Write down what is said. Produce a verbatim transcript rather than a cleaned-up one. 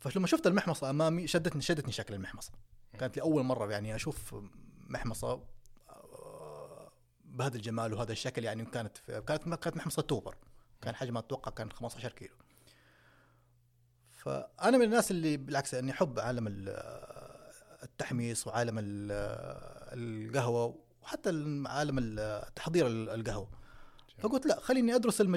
فلما شفت المحمصة أمامي شدتني شدتني شكل المحمصة. كانت لي أول مرة يعني أشوف محمصة بهذا الجمال وهذا الشكل يعني. كانت كانت كانت محمصة توبر، كان حجمها أتوقع كان خمسة عشر كيلو. فأنا من الناس اللي بالعكس أني أحب عالم التحميص وعالم القهوة وحتى عالم التحضير القهوة. فقلت لا خليني أدرس